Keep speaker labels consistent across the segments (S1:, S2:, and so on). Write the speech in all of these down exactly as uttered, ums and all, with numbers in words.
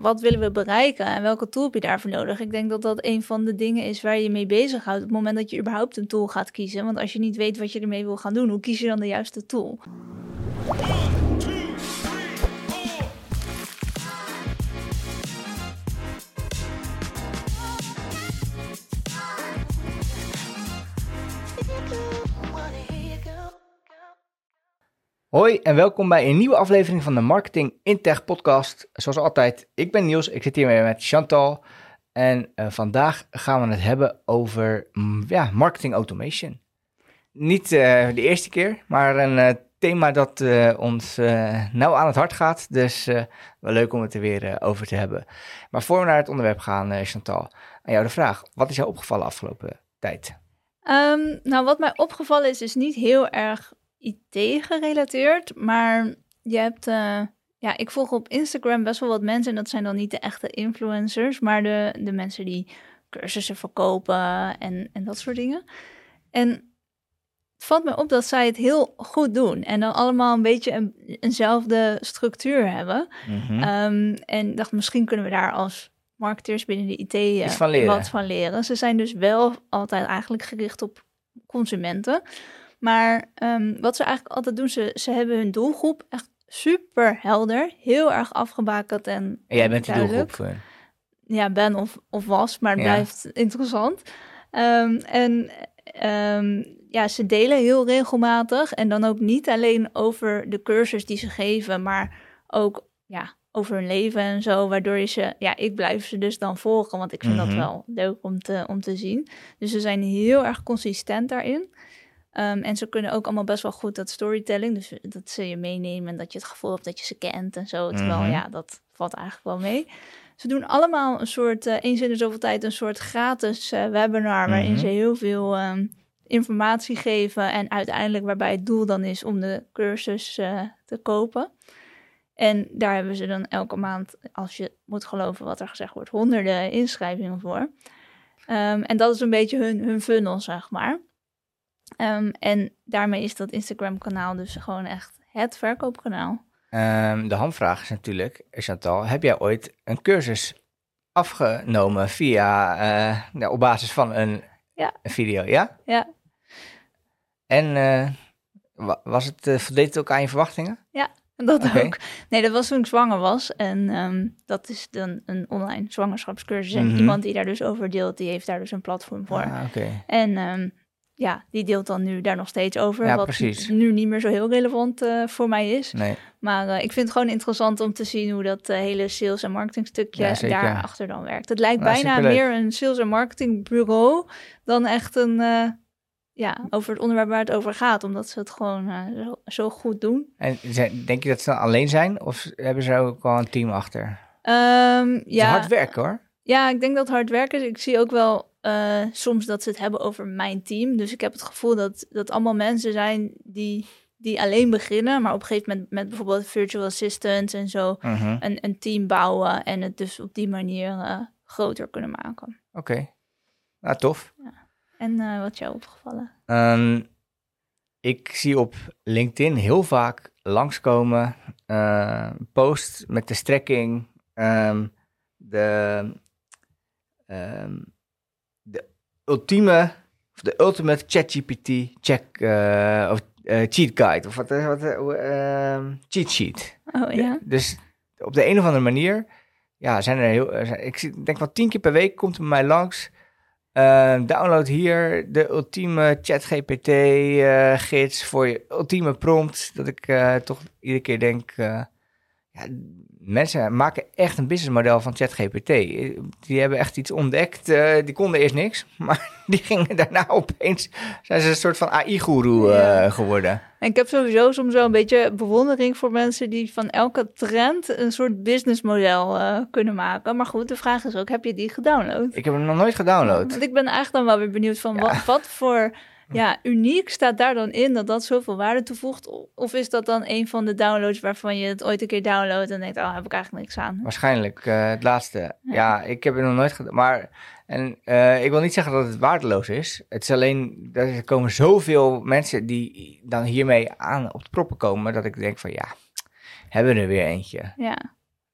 S1: wat willen we bereiken en welke tool heb je daarvoor nodig? Ik denk dat dat een van de dingen is waar je je mee bezighoudt op het moment dat je überhaupt een tool gaat kiezen. Want als je niet weet wat je ermee wil gaan doen, hoe kies je dan de juiste tool?
S2: Hoi en welkom bij een nieuwe aflevering van de Marketing in Tech podcast. Zoals altijd, ik ben Niels, ik zit hier weer met Chantal. En uh, vandaag gaan we het hebben over mm, ja, marketing automation. Niet uh, de eerste keer, maar een uh, thema dat uh, ons uh, nauw aan het hart gaat. Dus uh, wel leuk om het er weer uh, over te hebben. Maar voor we naar het onderwerp gaan, uh, Chantal, aan jou de vraag. Wat is jou opgevallen afgelopen tijd?
S1: Um, nou, wat mij opgevallen is, is niet heel erg I T gerelateerd, maar je hebt, uh, ja, ik volg op Instagram best wel wat mensen en dat zijn dan niet de echte influencers, maar de, de mensen die cursussen verkopen en, en dat soort dingen. En het valt me op dat zij het heel goed doen en dan allemaal een beetje een, eenzelfde structuur hebben. Mm-hmm. Um, en dacht, misschien kunnen we daar als marketeers binnen de I T uh,
S2: van
S1: wat van leren. Ze zijn dus wel altijd eigenlijk gericht op consumenten. Maar um, wat ze eigenlijk altijd doen, ze, ze hebben hun doelgroep echt super helder, heel erg afgebakend en,
S2: en jij bent die
S1: duidelijk.
S2: doelgroep? Uh...
S1: Ja, ben of, of was, maar het ja. blijft interessant. Um, en um, ja, ze delen heel regelmatig en dan ook niet alleen over de cursus die ze geven, maar ook ja, over hun leven en zo, waardoor je ze, ja, ik blijf ze dus dan volgen, want ik vind mm-hmm. dat wel leuk om te, om te zien. Dus ze zijn heel erg consistent daarin. Um, en ze kunnen ook allemaal best wel goed dat storytelling, dus dat ze je meenemen en dat je het gevoel hebt dat je ze kent en zo. Terwijl, mm-hmm. ja, dat valt eigenlijk wel mee. Ze doen allemaal een soort, uh, eens in de zoveel tijd, een soort gratis uh, webinar, waarin mm-hmm. ze heel veel um, informatie geven en uiteindelijk waarbij het doel dan is om de cursus uh, te kopen. En daar hebben ze dan elke maand, als je moet geloven wat er gezegd wordt, honderden inschrijvingen voor. Um, en dat is een beetje hun, hun funnel, zeg maar. Um, en daarmee is dat Instagram-kanaal dus gewoon echt het verkoopkanaal.
S2: Um, de hamvraag is natuurlijk, Chantal, heb jij ooit een cursus afgenomen via, uh, nou, op basis van een,
S1: ja.
S2: een video, ja?
S1: Ja.
S2: En uh, was het, uh, voldeed het ook aan je verwachtingen?
S1: Ja, dat okay. ook. Nee, dat was toen ik zwanger was. En um, dat is dan een online zwangerschapscursus. En mm-hmm. iemand die daar dus over deelt, die heeft daar dus een platform voor.
S2: Ah, okay.
S1: En um, ja, die deelt dan nu daar nog steeds over.
S2: Ja,
S1: wat
S2: precies.
S1: nu niet meer zo heel relevant uh, voor mij is.
S2: Nee.
S1: Maar uh, ik vind het gewoon interessant om te zien hoe dat uh, hele sales- en marketingstukje ja, daarachter dan werkt. Het lijkt nou, bijna meer een sales- en marketingbureau dan echt een, uh, ja, over het onderwerp waar het over gaat. Omdat ze het gewoon uh, zo, zo goed doen.
S2: En denk je dat ze dan alleen zijn? Of hebben ze ook wel een team achter?
S1: Um,
S2: het is
S1: ja,
S2: hard werken hoor.
S1: Ja, ik denk dat het hard werken is. Ik zie ook wel uh, soms dat ze het hebben over mijn team. Dus ik heb het gevoel dat dat allemaal mensen zijn die, die alleen beginnen, maar op een gegeven moment met bijvoorbeeld virtual assistants en zo uh-huh. een, een team bouwen en het dus op die manier uh, groter kunnen maken.
S2: Oké, okay. Nou tof.
S1: Ja. En uh, wat is jou opgevallen?
S2: Um, ik zie op LinkedIn heel vaak langskomen uh, posts met de strekking, um, de... Um, de ultieme, of de ultimate ChatGPT check, uh, of uh, cheat guide, of wat, wat uh, uh, cheat sheet.
S1: Oh ja.
S2: De, dus op de een of andere manier, ja, zijn er heel, zijn, ik denk wel tien keer per week komt het bij mij langs. Uh, download hier de ultieme ChatGPT uh, gids voor je ultieme prompt, dat ik uh, toch iedere keer denk, uh, ja, mensen maken echt een businessmodel van ChatGPT. Die hebben echt iets ontdekt. Uh, die konden eerst niks, maar die gingen daarna opeens, zijn ze een soort van A I-goeroe uh, ja. geworden.
S1: En ik heb sowieso soms wel een beetje bewondering voor mensen die van elke trend een soort businessmodel uh, kunnen maken. Maar goed, de vraag is ook, heb je die gedownload?
S2: Ik heb hem nog nooit gedownload.
S1: Want ik ben eigenlijk dan wel weer benieuwd van ja. wat, wat voor... Ja, uniek staat daar dan in dat dat zoveel waarde toevoegt? Of is dat dan een van de downloads waarvan je het ooit een keer downloadt en denkt, oh, heb ik eigenlijk niks aan?
S2: Waarschijnlijk uh, het laatste. Ja. ja, ik heb het nog nooit gedaan. Maar en, uh, ik wil niet zeggen dat het waardeloos is. Het is alleen, er komen zoveel mensen die dan hiermee aan op de proppen komen, dat ik denk van, ja, hebben we er weer eentje.
S1: Ja.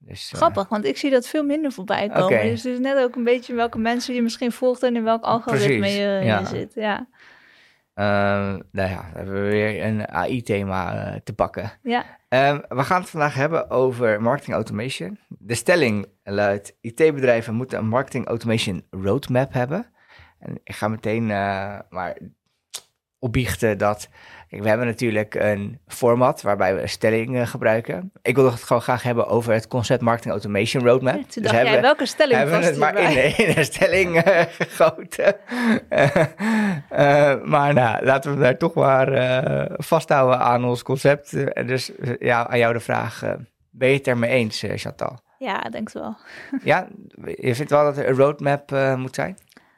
S2: Dus,
S1: Grappig, uh, want ik zie dat veel minder voorbij komen. Okay. Dus het is net ook een beetje welke mensen je misschien volgt en in welk algoritme je, ja. je zit. Ja.
S2: Uh, nou ja, we hebben weer een A I-thema uh, te pakken.
S1: Ja.
S2: Um, we gaan het vandaag hebben over marketing automation. De stelling luidt: I T-bedrijven moeten een marketing automation roadmap hebben. En ik ga meteen uh, maar opbiechten dat... Kijk, we hebben natuurlijk een format waarbij we een stelling uh, gebruiken. Ik wil het gewoon graag hebben over het concept marketing automation roadmap.
S1: Ja, toen dus dacht jij, welke stelling
S2: hebben we het maar in, in een stelling uh, gegoten. uh, uh, maar nou, laten we daar toch maar uh, vasthouden aan ons concept. Uh, dus uh, ja, aan jou de vraag, uh, ben je het ermee eens, uh, Chantal?
S1: Ja, denk het wel.
S2: Ja, je vindt wel dat er een roadmap uh, moet zijn?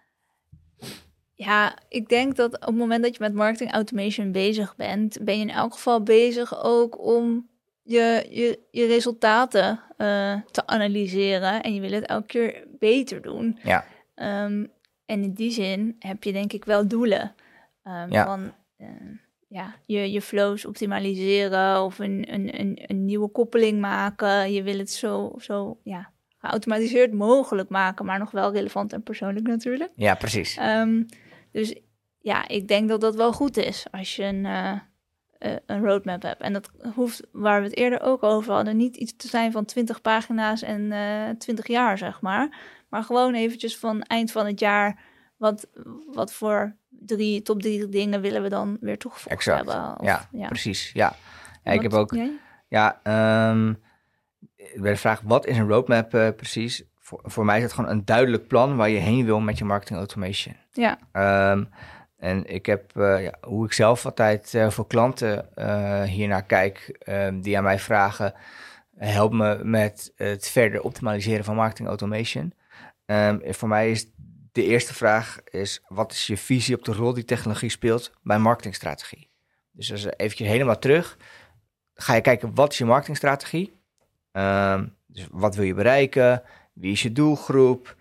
S1: Ja, ik denk dat op het moment dat je met marketing automation bezig bent, ben je in elk geval bezig ook om je, je, je resultaten uh, te analyseren. En je wil het elke keer beter doen.
S2: Ja.
S1: Um, en in die zin heb je denk ik wel doelen. Um, ja. Van uh, ja, je, je flows optimaliseren of een, een, een, een nieuwe koppeling maken. Je wil het zo, zo ja, geautomatiseerd mogelijk maken, maar nog wel relevant en persoonlijk natuurlijk.
S2: Ja, precies.
S1: Um, dus ja, ik denk dat dat wel goed is als je een, uh, uh, een roadmap hebt. En dat hoeft, waar we het eerder ook over hadden, niet iets te zijn van twintig pagina's en uh, twintig jaar, zeg maar. Maar gewoon eventjes van eind van het jaar, wat, wat voor drie, top drie dingen willen we dan weer toegevoegd
S2: exact.
S1: hebben. Of,
S2: ja, ja, precies. Ja, ja ik
S1: wat,
S2: heb ook...
S1: Jij?
S2: Ja, um, bij de vraag, wat is een roadmap uh, precies? Voor, voor mij is het gewoon een duidelijk plan waar je heen wil met je marketing automation.
S1: Ja.
S2: Um, en ik heb, uh, ja, hoe ik zelf altijd uh, voor klanten uh, hiernaar kijk, uh, die aan mij vragen, help me met het verder optimaliseren van marketing automation. Um, voor mij is de eerste vraag, is, wat is je visie op de rol die technologie speelt bij marketingstrategie? Dus als eventjes helemaal terug, ga je kijken, wat is je marketingstrategie? Um, dus wat wil je bereiken? Wie is je doelgroep?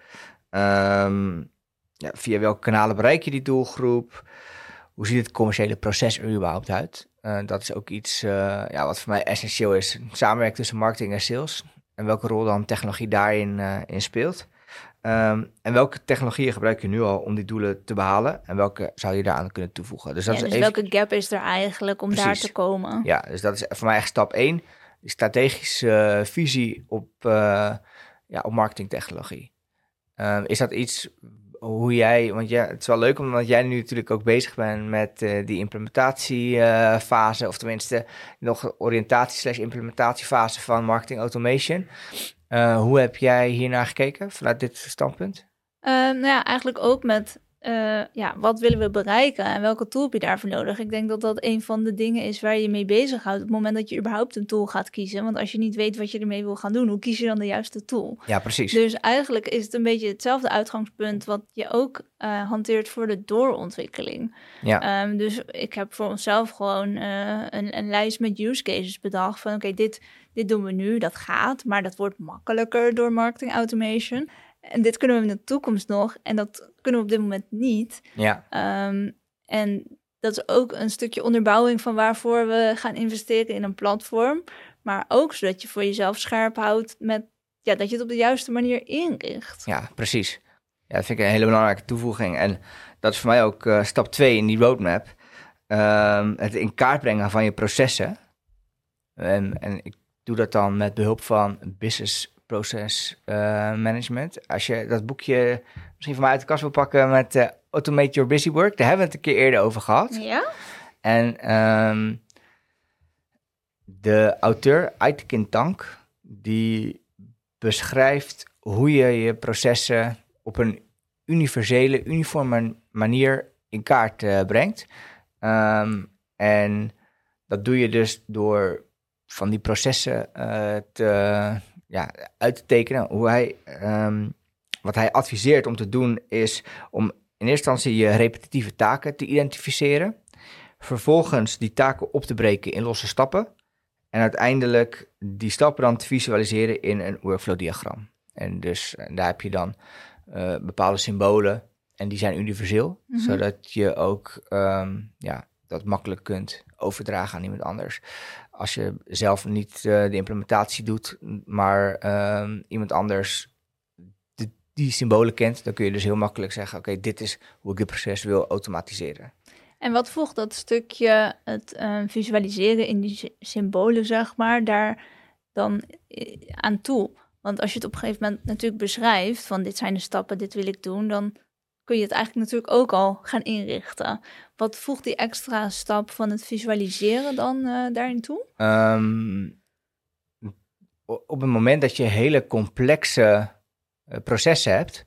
S2: Um, ja, via welke kanalen bereik je die doelgroep? Hoe ziet het commerciële proces er überhaupt uit? Uh, dat is ook iets uh, ja, wat voor mij essentieel is. Samenwerking tussen marketing en sales. En welke rol dan technologie daarin uh, in speelt. Um, en welke technologieën gebruik je nu al om die doelen te behalen? En welke zou je daaraan kunnen toevoegen? Dus, dat
S1: ja,
S2: is
S1: dus
S2: even...
S1: welke gap is er eigenlijk om Precies. daar te komen?
S2: Ja, dus dat is voor mij echt stap één. Die strategische uh, visie op... Uh, Ja, op marketingtechnologie. Um, is dat iets hoe jij... Want ja, het is wel leuk omdat jij nu natuurlijk ook bezig bent met uh, die implementatiefase... Uh, of tenminste nog oriëntatie slash implementatiefase van marketing automation. Uh, hoe heb jij hiernaar gekeken vanuit dit standpunt?
S1: Uh, nou ja, eigenlijk ook met... Uh, ja, wat willen we bereiken en welke tool heb je daarvoor nodig? Ik denk dat dat een van de dingen is waar je mee bezighoudt op het moment dat je überhaupt een tool gaat kiezen. Want als je niet weet wat je ermee wil gaan doen, hoe kies je dan de juiste tool?
S2: Ja, precies.
S1: Dus eigenlijk is het een beetje hetzelfde uitgangspunt wat je ook uh, hanteert voor de doorontwikkeling.
S2: Ja.
S1: Um, dus ik heb voor onszelf gewoon uh, een, een lijst met use cases bedacht van oké, okay, dit, dit doen we nu, dat gaat, maar dat wordt makkelijker door marketing automation. En dit kunnen we in de toekomst nog. En dat kunnen we op dit moment niet.
S2: Ja.
S1: Um, en dat is ook een stukje onderbouwing van waarvoor we gaan investeren in een platform. Maar ook zodat je voor jezelf scherp houdt met ja, dat je het op de juiste manier inricht.
S2: Ja, precies. Ja, dat vind ik een hele belangrijke toevoeging. En dat is voor mij ook uh, stap twee in die roadmap. Um, het in kaart brengen van je processen. En, en ik doe dat dan met behulp van business Process uh, Management. Als je dat boekje misschien van mij uit de kast wil pakken met uh, Automate Your Busy Work, daar hebben we het een keer eerder over gehad.
S1: Ja.
S2: En um, de auteur, Aitekin Tank, die beschrijft hoe je je processen op een universele, uniforme manier in kaart uh, brengt. Um, en dat doe je dus door van die processen uh, te... Ja, uit te tekenen. Hoe hij, um, wat hij adviseert om te doen is om in eerste instantie je repetitieve taken te identificeren. Vervolgens die taken op te breken in losse stappen. En uiteindelijk die stappen dan te visualiseren in een workflow-diagram. En dus en daar heb je dan uh, bepaalde symbolen en die zijn universeel. Mm-hmm. Zodat je ook um, ja, dat makkelijk kunt overdragen aan iemand anders. als je zelf niet uh, de implementatie doet, maar uh, iemand anders de, die symbolen kent, dan kun je dus heel makkelijk zeggen, oké, okay, dit is hoe ik dit proces wil automatiseren.
S1: En wat voegt dat stukje het uh, visualiseren in die symbolen, zeg maar, daar dan aan toe? Want als je het op een gegeven moment natuurlijk beschrijft, van dit zijn de stappen, dit wil ik doen, dan kun je het eigenlijk natuurlijk ook al gaan inrichten. Wat voegt die extra stap van het visualiseren dan uh, daarin toe?
S2: Um, op het moment dat je hele complexe uh, processen hebt,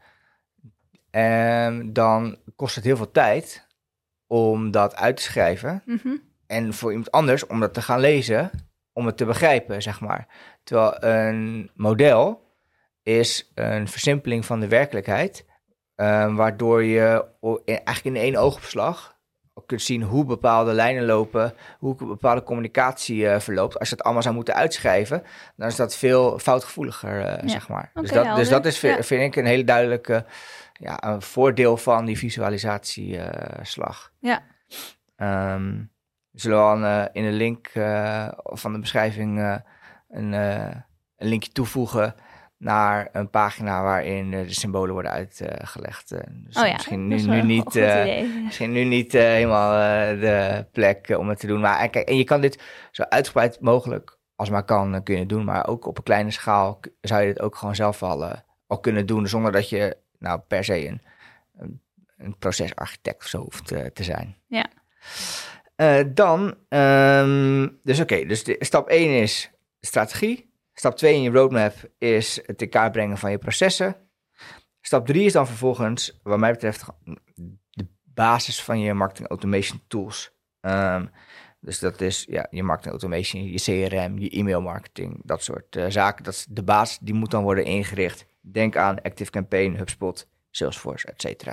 S2: um, dan kost het heel veel tijd om dat uit te schrijven. Mm-hmm. En voor iemand anders om dat te gaan lezen, om het te begrijpen, zeg maar. Terwijl een model is een versimpeling van de werkelijkheid, Uh, waardoor je eigenlijk in één oogopslag kunt zien hoe bepaalde lijnen lopen, hoe bepaalde communicatie uh, verloopt. Als je dat allemaal zou moeten uitschrijven, dan is dat veel foutgevoeliger, uh, ja. zeg maar. Okay, dus, dat, dus dat is, ja. vind ik, een hele duidelijke ja, een voordeel van die visualisatieslag. Uh, ja. Um, we zullen wel uh, in de link uh, van de beschrijving uh, een, uh, een linkje toevoegen naar een pagina waarin uh, de symbolen worden uitgelegd. Uh, dus
S1: oh ja,
S2: misschien, nu, nu niet, uh, misschien nu niet uh, helemaal uh, de plek uh, om het te doen. Maar kijk, en je kan dit zo uitgebreid mogelijk als maar kan uh, kun je het doen. Maar ook op een kleine schaal k- zou je dit ook gewoon zelf al, uh, al kunnen doen. Zonder dat je nou per se een, een, een procesarchitect of zo hoeft uh, te zijn.
S1: Ja.
S2: Uh, dan, um, dus oké, okay, dus de, stap één is strategie. Stap twee in je roadmap is het in kaart brengen van je processen. Stap drie is dan vervolgens, wat mij betreft, de basis van je marketing automation tools. Um, dus dat is ja, je marketing automation, je C R M, je e-mail marketing, dat soort uh, zaken. Dat is de basis, die moet dan worden ingericht. Denk aan ActiveCampaign, HubSpot, Salesforce, et cetera.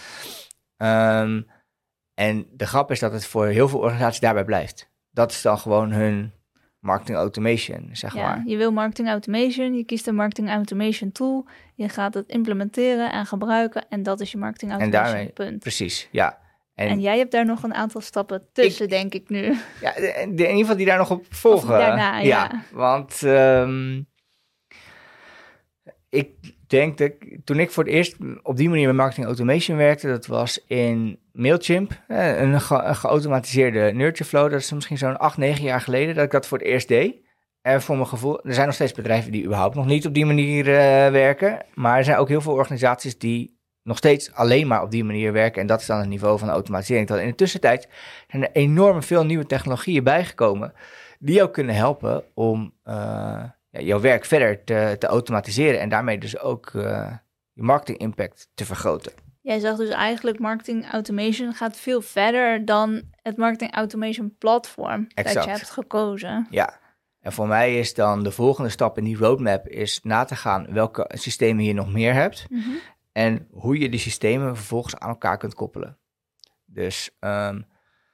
S2: Um, en de grap is dat het voor heel veel organisaties daarbij blijft. Dat is dan gewoon hun marketing automation, zeg
S1: ja,
S2: maar.
S1: Je wil marketing automation, je kiest een marketing automation tool, je gaat het implementeren en gebruiken en dat is je marketing automation, en daarmee, punt.
S2: Precies, ja.
S1: En, en jij hebt daar nog een aantal stappen tussen, ik, denk ik nu.
S2: Ja, de, de, in ieder geval die daar nog op volgen.
S1: Of daarna, ja.
S2: ja. Want um, ik denk dat toen ik voor het eerst op die manier met marketing automation werkte, dat was in Mailchimp, een, ge- een geautomatiseerde nurture flow. Dat is misschien zo'n acht, negen jaar geleden dat ik dat voor het eerst deed. En voor mijn gevoel, er zijn nog steeds bedrijven die überhaupt nog niet op die manier uh, werken. Maar er zijn ook heel veel organisaties die nog steeds alleen maar op die manier werken. En dat is dan het niveau van automatisering. Terwijl in de tussentijd zijn er enorm veel nieuwe technologieën bijgekomen die jou kunnen helpen om uh, ja, jouw werk verder te, te automatiseren. En daarmee dus ook uh, je marketing impact te vergroten.
S1: Jij zegt dus eigenlijk marketing automation gaat veel verder dan het marketing automation platform exact. Dat je hebt gekozen.
S2: Ja, en voor mij is dan de volgende stap in die roadmap is na te gaan welke systemen je nog meer hebt. Mm-hmm. En hoe je die systemen vervolgens aan elkaar kunt koppelen. Dus um,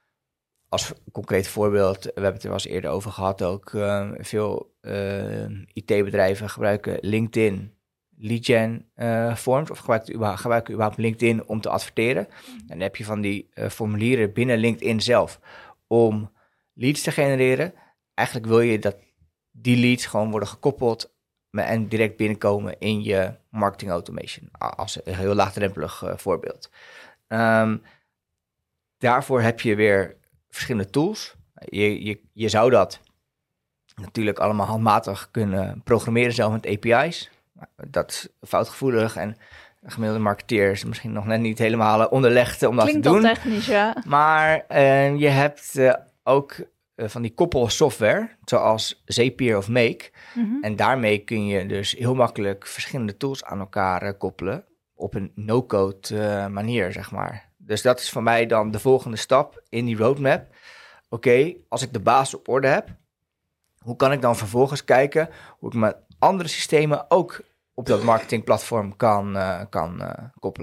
S2: als concreet voorbeeld, we hebben het er wel eens eerder over gehad ook. Um, veel uh, I T-bedrijven gebruiken LinkedIn lead gen uh, forms of gebruiken überhaupt, gebruiken überhaupt LinkedIn om te adverteren. En dan heb je van die uh, formulieren binnen LinkedIn zelf om leads te genereren. Eigenlijk wil je dat die leads gewoon worden gekoppeld en direct binnenkomen in je marketing automation. Als een heel laagdrempelig uh, voorbeeld. Um, daarvoor heb je weer verschillende tools. Je, je, je zou dat natuurlijk allemaal handmatig kunnen programmeren zelf met A P I's. Dat is foutgevoelig en de gemiddelde marketeer is misschien nog net niet helemaal onderlegd om
S1: Klinkt
S2: dat te doen.
S1: Klinkt technisch, ja.
S2: Maar uh, je hebt uh, ook uh, van die koppelsoftware, zoals Zapier of Make. Mm-hmm. En daarmee kun je dus heel makkelijk verschillende tools aan elkaar uh, koppelen op een no-code uh, manier, zeg maar. Dus dat is voor mij dan de volgende stap in die roadmap. Oké, okay, als ik de basis op orde heb, hoe kan ik dan vervolgens kijken hoe ik mijn andere systemen ook op dat marketingplatform kan, uh, kan uh, koppelen?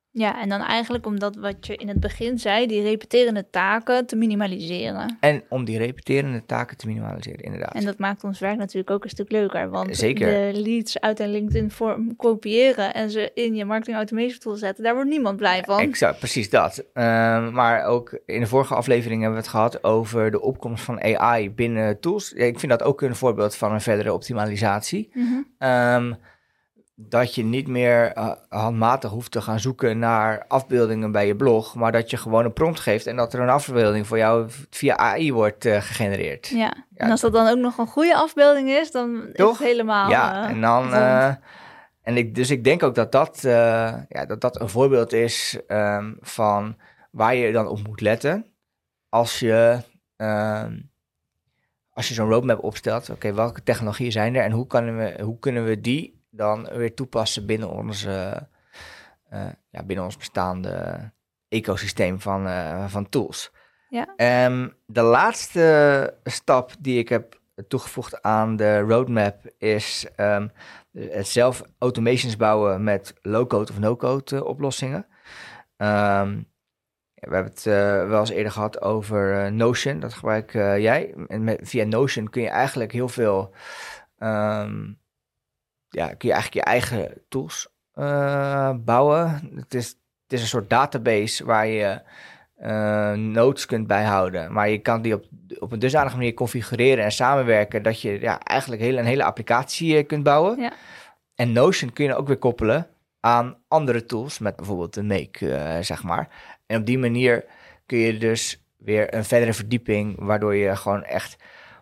S1: Ja, en dan eigenlijk omdat wat je in het begin zei, die repeterende taken te minimaliseren.
S2: En om die repeterende taken te minimaliseren, inderdaad.
S1: En dat maakt ons werk natuurlijk ook een stuk leuker. Want
S2: Zeker.
S1: De leads uit een LinkedIn vorm kopiëren en ze in je marketing automation tool zetten, daar wordt niemand blij van.
S2: Exact, precies dat. Uh, maar ook in de vorige aflevering hebben we het gehad over de opkomst van A I binnen tools. Ik vind dat ook een voorbeeld van een verdere optimalisatie.
S1: Mm-hmm.
S2: Um, dat je niet meer uh, handmatig hoeft te gaan zoeken naar afbeeldingen bij je blog, maar dat je gewoon een prompt geeft en dat er een afbeelding voor jou via A I wordt uh, gegenerereerd.
S1: Ja. ja, en als dat dan ook nog een goede afbeelding is, dan
S2: Toch?
S1: is het helemaal
S2: Ja,
S1: uh,
S2: en dan... Uh, en ik, dus ik denk ook dat dat, uh, ja, dat, dat een voorbeeld is um, van waar je dan op moet letten als je, um, als je zo'n roadmap opstelt. Oké, okay, welke technologieën zijn er en hoe, kan we, hoe kunnen we die dan weer toepassen binnen, onze, uh, ja, binnen ons bestaande ecosysteem van, uh, van tools.
S1: Ja.
S2: Um, de laatste stap die ik heb toegevoegd aan de roadmap is um, het zelf automations bouwen met low-code of no-code uh, oplossingen. Um, we hebben het uh, wel eens eerder gehad over uh, Notion, dat gebruik uh, jij. En met, via Notion kun je eigenlijk heel veel... Um, Ja, kun je eigenlijk je eigen tools uh, bouwen. Het is, het is een soort database waar je uh, notes kunt bijhouden. Maar je kan die op, op een dusdanige manier configureren en samenwerken dat je ja, eigenlijk hele, een hele applicatie uh, kunt bouwen.
S1: Ja.
S2: En Notion kun je ook weer koppelen aan andere tools, met bijvoorbeeld de Make, uh, zeg maar. En op die manier kun je dus weer een verdere verdieping, waardoor je gewoon echt...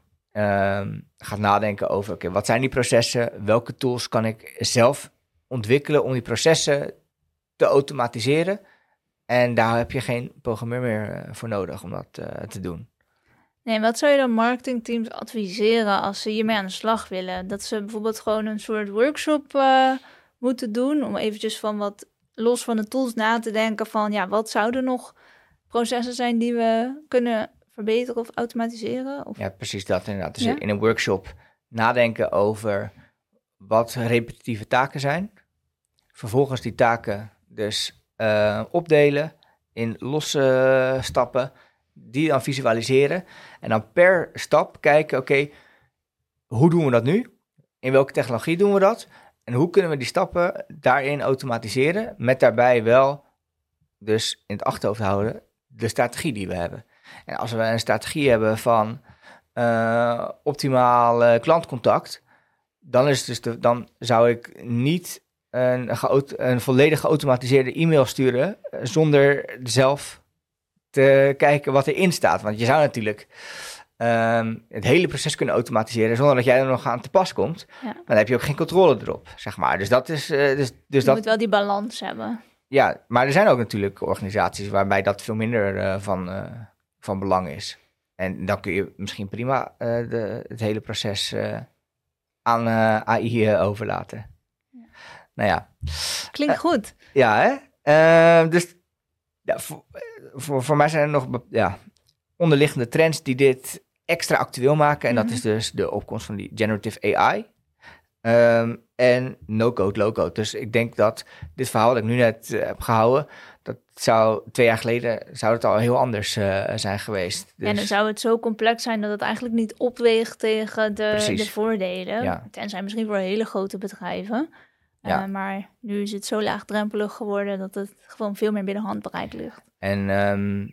S2: Um, gaat nadenken over, oké, okay, wat zijn die processen? Welke tools kan ik zelf ontwikkelen om die processen te automatiseren? En daar heb je geen programmeur meer uh, voor nodig om dat uh, te doen.
S1: Nee, wat zou je dan marketingteams adviseren als ze hiermee aan de slag willen? Dat ze bijvoorbeeld gewoon een soort workshop uh, moeten doen om eventjes van wat los van de tools na te denken van, ja, wat zouden nog processen zijn die we kunnen verbeteren of automatiseren? Of...
S2: Ja, precies dat inderdaad. Dus
S1: ja?
S2: in een workshop nadenken over wat repetitieve taken zijn. Vervolgens die taken dus uh, opdelen in losse stappen. Die dan visualiseren. En dan per stap kijken, oké, okay, hoe doen we dat nu? In welke technologie doen we dat? En hoe kunnen we die stappen daarin automatiseren? Met daarbij wel dus in het achterhoofd houden de strategie die we hebben. En als we een strategie hebben van uh, optimaal uh, klantcontact, dan, is dus de, dan zou ik niet een, een volledig geautomatiseerde e-mail sturen uh, zonder zelf te kijken wat erin staat. Want je zou natuurlijk um, het hele proces kunnen automatiseren zonder dat jij er nog aan te pas komt.
S1: Ja.
S2: Maar dan heb je ook geen controle erop, zeg maar. Dus dat is... Uh, dus, dus
S1: je
S2: dat,
S1: moet wel die balans hebben.
S2: Ja, maar er zijn ook natuurlijk organisaties waarbij dat veel minder uh, van... Uh, van belang is. En dan kun je misschien prima uh, de, het hele proces uh, aan uh, A I uh, overlaten. Ja. Nou ja.
S1: Klinkt uh, goed.
S2: Ja, hè? Uh, dus ja, voor, voor, voor mij zijn er nog ja, onderliggende trends die dit extra actueel maken. En mm-hmm. dat is dus de opkomst van die generative A I. Um, en no-code, low-code. Dus ik denk dat dit verhaal dat ik nu net uh, heb gehouden... dat zou twee jaar geleden zou het al heel anders uh, zijn geweest. Dus...
S1: En dan zou het zo complex zijn dat het eigenlijk niet opweegt tegen de, de voordelen.
S2: Ja.
S1: Tenzij misschien voor hele grote bedrijven. Ja. Uh, maar nu is het zo laagdrempelig geworden dat het gewoon veel meer binnen handbereik ligt.
S2: En um,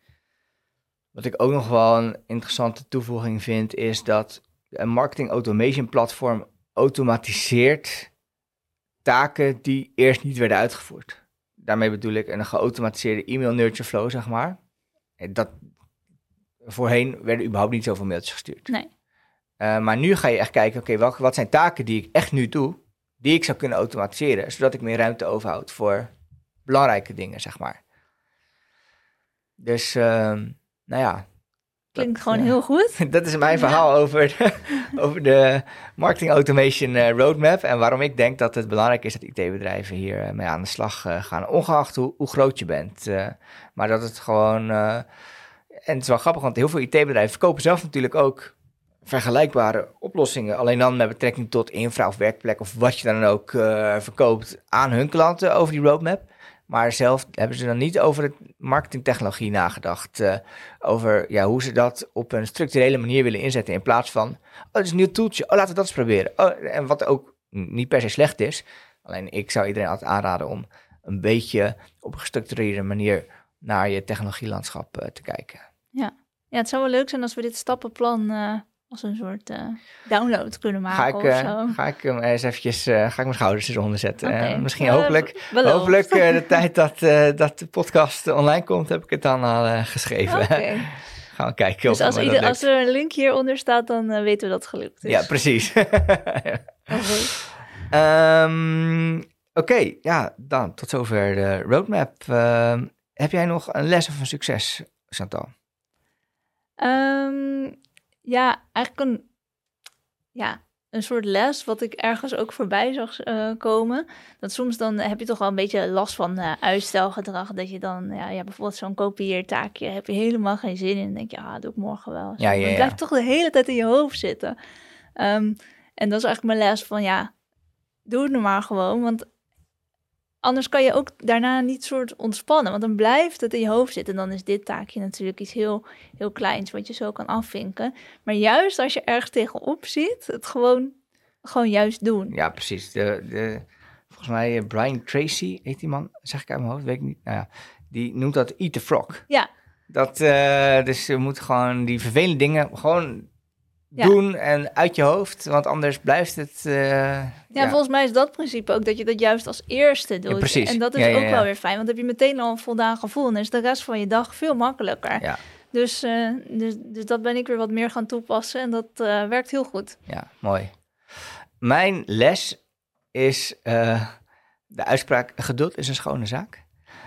S2: wat ik ook nog wel een interessante toevoeging vind, is dat een marketing automation platform automatiseert taken die eerst niet werden uitgevoerd. Daarmee bedoel ik een geautomatiseerde e-mail nurture flow, zeg maar. Dat, voorheen werden überhaupt niet zoveel mailtjes gestuurd.
S1: Nee.
S2: Uh, maar nu ga je echt kijken, oké, okay, wat zijn taken die ik echt nu doe, die ik zou kunnen automatiseren, zodat ik meer ruimte overhoud voor belangrijke dingen, zeg maar. Dus, uh, nou ja.
S1: Klinkt
S2: dat,
S1: gewoon
S2: uh,
S1: heel goed.
S2: Dat is mijn verhaal ja. over, de, over de marketing automation uh, roadmap en waarom ik denk dat het belangrijk is dat I T-bedrijven hier uh, mee aan de slag uh, gaan, ongeacht hoe, hoe groot je bent. Uh, maar dat het gewoon, uh, en het is wel grappig, want heel veel I T-bedrijven verkopen zelf natuurlijk ook vergelijkbare oplossingen, alleen dan met betrekking tot infra of werkplek of wat je dan ook uh, verkoopt aan hun klanten over die roadmap. Maar zelf hebben ze dan niet over het marketingtechnologie nagedacht. Uh, over ja, hoe ze dat op een structurele manier willen inzetten. In plaats van, oh, dat is een nieuw toeltje. Oh, laten we dat eens proberen. Oh, en wat ook niet per se slecht is. Alleen ik zou iedereen altijd aanraden om een beetje op een gestructureerde manier naar je technologielandschap uh, te kijken.
S1: Ja. ja, het zou wel leuk zijn als we dit stappenplan uh, als een soort uh, download kunnen maken.
S2: Ga ik,
S1: of
S2: uh,
S1: zo.
S2: Ga ik hem eens eventjes, uh, ga ik mijn schouders eronder zetten.
S1: Okay.
S2: Uh, misschien
S1: uh,
S2: hopelijk, hopelijk uh, de tijd dat, uh, dat de podcast online komt, heb ik het dan al uh, geschreven.
S1: Okay.
S2: Gaan we kijken.
S1: Dus
S2: of
S1: als, ieder, als er een link hieronder staat, dan uh, weten we dat het gelukt is.
S2: Ja, precies.
S1: okay.
S2: um, Oké, okay, ja, dan tot zover de roadmap. Uh, heb jij nog een les of een succes, Chantal?
S1: Um, ja, eigenlijk een, ja, een soort les wat ik ergens ook voorbij zag uh, komen. Dat soms dan heb je toch wel een beetje last van uh, uitstelgedrag. Dat je dan, ja, ja bijvoorbeeld zo'n kopieertaakje, heb je helemaal geen zin in. Dan denk je, ah, doe ik morgen wel.
S2: Ja, ja, ja.
S1: Het blijft toch de hele tijd in je hoofd zitten. Um, en dat is eigenlijk mijn les van, ja, doe het nu maar gewoon. Want anders kan je ook daarna niet soort ontspannen. Want dan blijft het in je hoofd zitten. En dan is dit taakje natuurlijk iets heel, heel kleins wat je zo kan afvinken. Maar juist als je ergens tegenop ziet, het gewoon, gewoon juist doen.
S2: Ja, precies. De, de, volgens mij Brian Tracy heet die man. Zeg ik uit mijn hoofd, weet ik niet. Nou ja, die noemt dat eat the frog.
S1: Ja.
S2: Dat, uh, dus je moet gewoon die vervelende dingen gewoon ja. doen en uit je hoofd, want anders blijft het... Uh,
S1: ja,
S2: ja,
S1: volgens mij is dat principe ook dat je dat juist als eerste doet.
S2: Ja, precies.
S1: En dat is
S2: ja, ja,
S1: ook
S2: ja.
S1: wel weer fijn, want dan heb je meteen al een voldaan gevoel en dan is de rest van je dag veel makkelijker.
S2: Ja.
S1: Dus, uh, dus, dus dat ben ik weer wat meer gaan toepassen en dat uh, werkt heel goed.
S2: Ja, mooi. Mijn les is uh, de uitspraak, geduld is een schone zaak.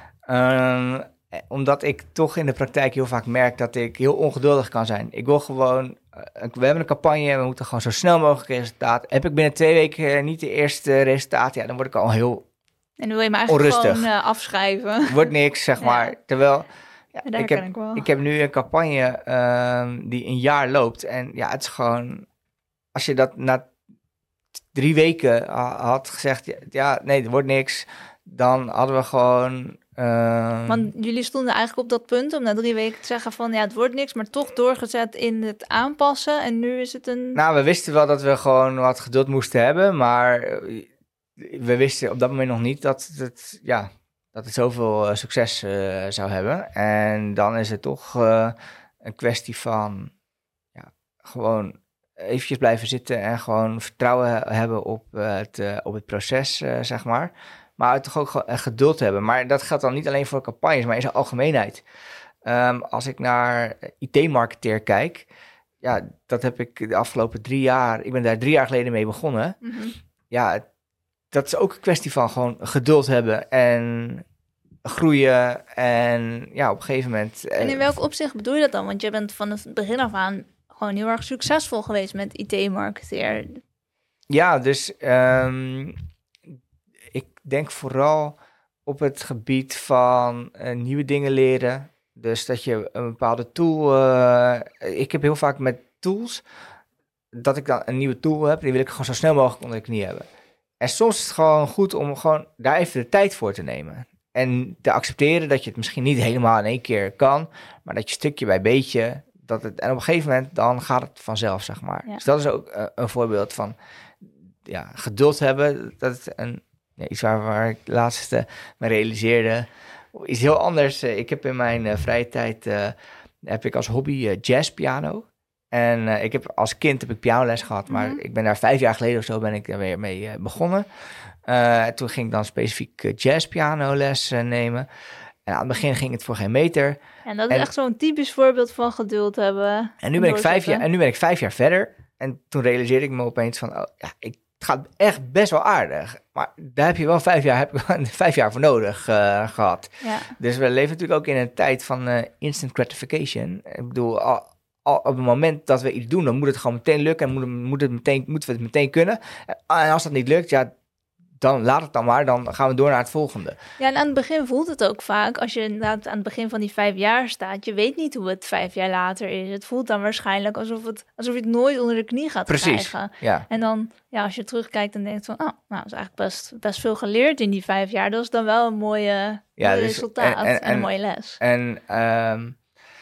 S2: Uh, omdat ik toch in de praktijk heel vaak merk dat ik heel ongeduldig kan zijn. Ik wil gewoon, uh, we hebben een campagne en we moeten gewoon zo snel mogelijk resultaat. Heb ik binnen twee weken niet de eerste resultaat, ja, dan word ik al heel
S1: En dan wil je me eigenlijk
S2: onrustig.
S1: gewoon uh, afschrijven.
S2: Wordt niks, zeg maar. Ja. Terwijl, ja,
S1: ja,
S2: ik, heb,
S1: ik, wel.
S2: ik heb nu een campagne uh, die een jaar loopt. En ja, het is gewoon, als je dat na drie weken had gezegd, ja, ja nee, er wordt niks, dan hadden we gewoon... Uh...
S1: Want jullie stonden eigenlijk op dat punt om na drie weken te zeggen van ja, het wordt niks, maar toch doorgezet in het aanpassen. En nu is het een...
S2: Nou, we wisten wel dat we gewoon wat geduld moesten hebben, maar we wisten op dat moment nog niet dat het, ja, dat het zoveel uh, succes uh, zou hebben. En dan is het toch uh, een kwestie van ja, gewoon eventjes blijven zitten en gewoon vertrouwen hebben op, uh, het, uh, op het proces, uh, zeg maar. Maar toch ook gewoon geduld hebben. Maar dat geldt dan niet alleen voor campagnes, maar in zijn algemeenheid. Um, als ik naar I T-marketeer kijk, ja, dat heb ik de afgelopen drie jaar, ik ben daar drie jaar geleden mee begonnen.
S1: Mm-hmm.
S2: Ja, dat is ook een kwestie van gewoon geduld hebben en groeien en ja, op een gegeven moment...
S1: En in welk opzicht bedoel je dat dan? Want je bent van het begin af aan gewoon heel erg succesvol geweest met I T-marketeer.
S2: Ja, dus... Um, ik denk vooral op het gebied van uh, nieuwe dingen leren. Dus dat je een bepaalde tool... Uh, ik heb heel vaak met tools... dat ik dan een nieuwe tool heb... die wil ik gewoon zo snel mogelijk onder de knie hebben. En soms is het gewoon goed om gewoon daar even de tijd voor te nemen. En te accepteren dat je het misschien niet helemaal in één keer kan... maar dat je stukje bij beetje... Dat het, en op een gegeven moment dan gaat het vanzelf, zeg maar. Ja. Dus dat is ook uh, een voorbeeld van... ja, geduld hebben. Dat het een... Ja, iets waar, waar ik laatst uh, me realiseerde. Iets heel anders. Uh, ik heb in mijn uh, vrije tijd uh, heb ik als hobby uh, jazzpiano. En uh, ik heb als kind heb ik pianoles gehad, maar mm-hmm. ik ben daar vijf jaar geleden of zo ben ik er weer mee uh, begonnen. Uh, toen ging ik dan specifiek uh, jazzpianoles uh, nemen. En aan het begin ging het voor geen meter.
S1: En dat is en, echt zo'n typisch voorbeeld van geduld hebben.
S2: En nu ben ik vijf jaar en nu ben ik vijf jaar verder. En toen realiseerde ik me opeens van, oh, ja, ik het gaat echt best wel aardig. Maar daar heb je wel vijf jaar, heb ik vijf jaar voor nodig uh, gehad. Ja. Dus we leven natuurlijk ook in een tijd van uh, instant gratification. Ik bedoel, al, al op het moment dat we iets doen, dan moet het gewoon meteen lukken. En moet, moet het meteen, moeten we het meteen kunnen. En als dat niet lukt, ja, dan laat het dan maar, dan gaan we door naar het volgende.
S1: Ja, en aan het begin voelt het ook vaak, als je inderdaad aan het begin van die vijf jaar staat, je weet niet hoe het vijf jaar later is. Het voelt dan waarschijnlijk alsof, het, alsof je het nooit onder de knie gaat
S2: Precies,
S1: krijgen.
S2: Ja.
S1: En dan, ja, als je terugkijkt en denkt van, oh, nou, dat is eigenlijk best, best veel geleerd in die vijf jaar. Dat is dan wel een mooie, ja, mooie dus, resultaat en, en, en een mooie les.
S2: En um,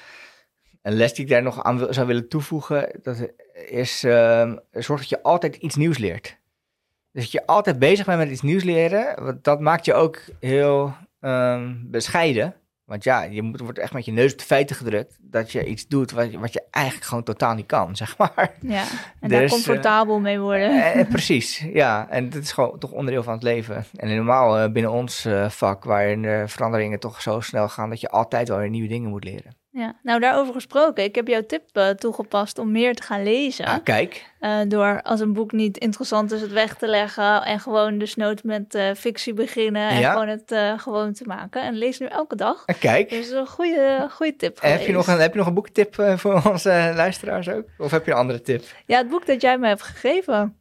S2: een les die ik daar nog aan wil, zou willen toevoegen, dat is, um, zorg dat je altijd iets nieuws leert. Dus dat je altijd bezig bent met iets nieuws leren, want dat maakt je ook heel um, bescheiden. Want ja, je moet, wordt echt met je neus op de feiten gedrukt dat je iets doet wat, wat je eigenlijk gewoon totaal niet kan, zeg maar.
S1: Ja, en
S2: dus,
S1: daar comfortabel uh, mee worden.
S2: Eh, precies, ja. En dat is gewoon toch onderdeel van het leven. En normaal uh, binnen ons uh, vak, waarin de veranderingen toch zo snel gaan dat je altijd wel weer nieuwe dingen moet leren.
S1: Ja, nou daarover gesproken. Ik heb jouw tip uh, toegepast om meer te gaan lezen.
S2: Ah, kijk.
S1: Uh, door als een boek niet interessant is het weg te leggen en gewoon desnoods met uh, fictie beginnen en ja. gewoon het uh, gewoon te maken. En lees nu elke dag.
S2: Ah, kijk.
S1: Dus een goede, goede tip geweest.
S2: Heb je nog een, heb je nog een boektip uh, voor onze uh, luisteraars ook? Of heb je een andere tip?
S1: Ja, het boek dat jij me hebt gegeven.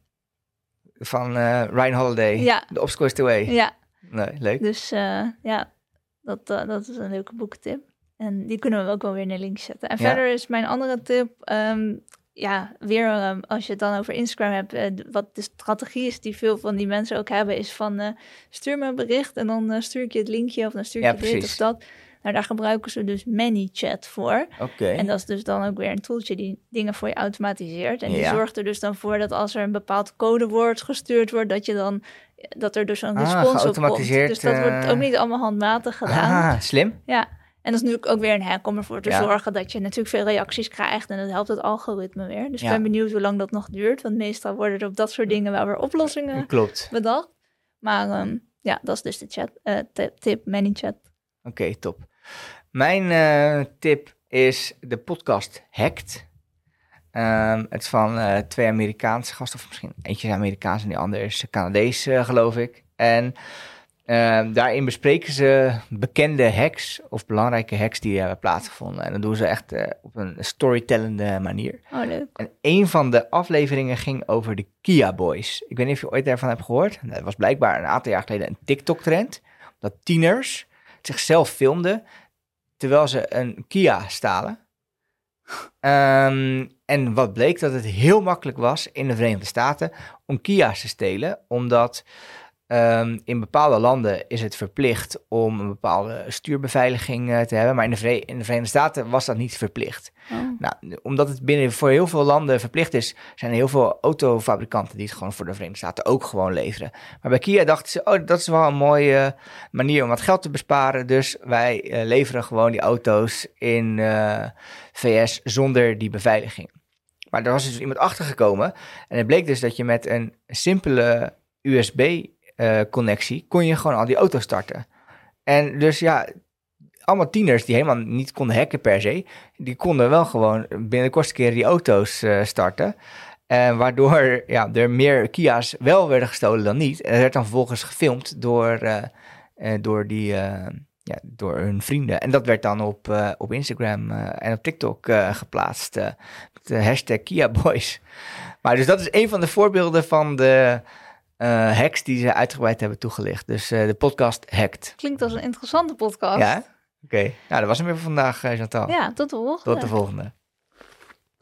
S2: Van uh, Ryan Holiday.
S1: Ja.
S2: The Obstacle is the Way.
S1: Ja.
S2: Nee, leuk.
S1: Dus uh, ja, dat, uh, dat is een leuke boekentip. En die kunnen we ook wel weer in een link zetten. En ja. verder is mijn andere tip, um, ja, weer um, als je het dan over Instagram hebt, uh, wat de strategie is die veel van die mensen ook hebben, is van uh, stuur me een bericht en dan uh, stuur ik je het linkje of dan stuur ik ja, je precies. dit of dat. Nou, daar gebruiken ze dus ManyChat voor.
S2: Okay.
S1: En dat is dus dan ook weer een tooltje die dingen voor je automatiseert. En die
S2: ja.
S1: zorgt er dus dan voor dat als er een bepaald codewoord gestuurd wordt, dat je dan dat er dus een
S2: ah,
S1: respons op komt. Dus dat uh... wordt ook niet allemaal handmatig gedaan.
S2: Ah, slim.
S1: Ja. En dat is natuurlijk ook weer een hack om ervoor te ja. zorgen dat je natuurlijk veel reacties krijgt. En dat helpt het algoritme weer. Dus ja. ik ben benieuwd hoe lang dat nog duurt. Want meestal worden er op dat soort dingen wel weer oplossingen
S2: Klopt.
S1: bedacht. Maar um, ja, dat is dus de chat, uh, t- tip, ManyChat.
S2: Oké, okay, top. Mijn uh, tip is de podcast Hacked. Um, het is van uh, twee Amerikaanse gasten. Of misschien eentje is Amerikaans en die andere is Canadees, uh, geloof ik. En... Uh, daarin bespreken ze bekende hacks of belangrijke hacks die hebben plaatsgevonden. En dat doen ze echt uh, op een storytellende manier.
S1: Oh, leuk.
S2: En een van de afleveringen ging over de Kia Boys. Ik weet niet of je ooit daarvan hebt gehoord. Dat was blijkbaar een aantal jaar geleden een TikTok-trend. Dat tieners zichzelf filmden terwijl ze een Kia stalen. Um, en wat bleek, dat het heel makkelijk was in de Verenigde Staten om Kia's te stelen. Omdat... Um, in bepaalde landen is het verplicht om een bepaalde stuurbeveiliging uh, te hebben, maar in de, Vere- in de Verenigde Staten was dat niet verplicht.
S1: Oh.
S2: Nou, omdat het binnen voor heel veel landen verplicht is, zijn er heel veel autofabrikanten die het gewoon voor de Verenigde Staten ook gewoon leveren. Maar bij Kia dachten ze, oh, dat is wel een mooie manier om wat geld te besparen, dus wij uh, leveren gewoon die auto's in uh, V S zonder die beveiliging. Maar er was dus iemand achtergekomen en het bleek dus dat je met een simpele U S B Uh, connectie, kon je gewoon al die auto's starten. En dus ja, allemaal tieners die helemaal niet konden hacken per se, die konden wel gewoon binnen de kortste keren die auto's uh, starten. En waardoor ja, er meer Kia's wel werden gestolen dan niet. En dat werd dan vervolgens gefilmd door, uh, uh, door, die, uh, ja, door hun vrienden. En dat werd dan op, uh, op Instagram uh, en op TikTok uh, geplaatst. Uh, met de hashtag Kia Boys. Maar dus dat is een van de voorbeelden van de... Uh, hacks die ze uitgebreid hebben toegelicht. Dus uh, de podcast Hacked.
S1: Klinkt als een interessante podcast.
S2: Ja, oké. Okay. Nou, dat was hem weer voor vandaag, uh, Chantal.
S1: Ja, tot de volgende.
S2: Tot de volgende.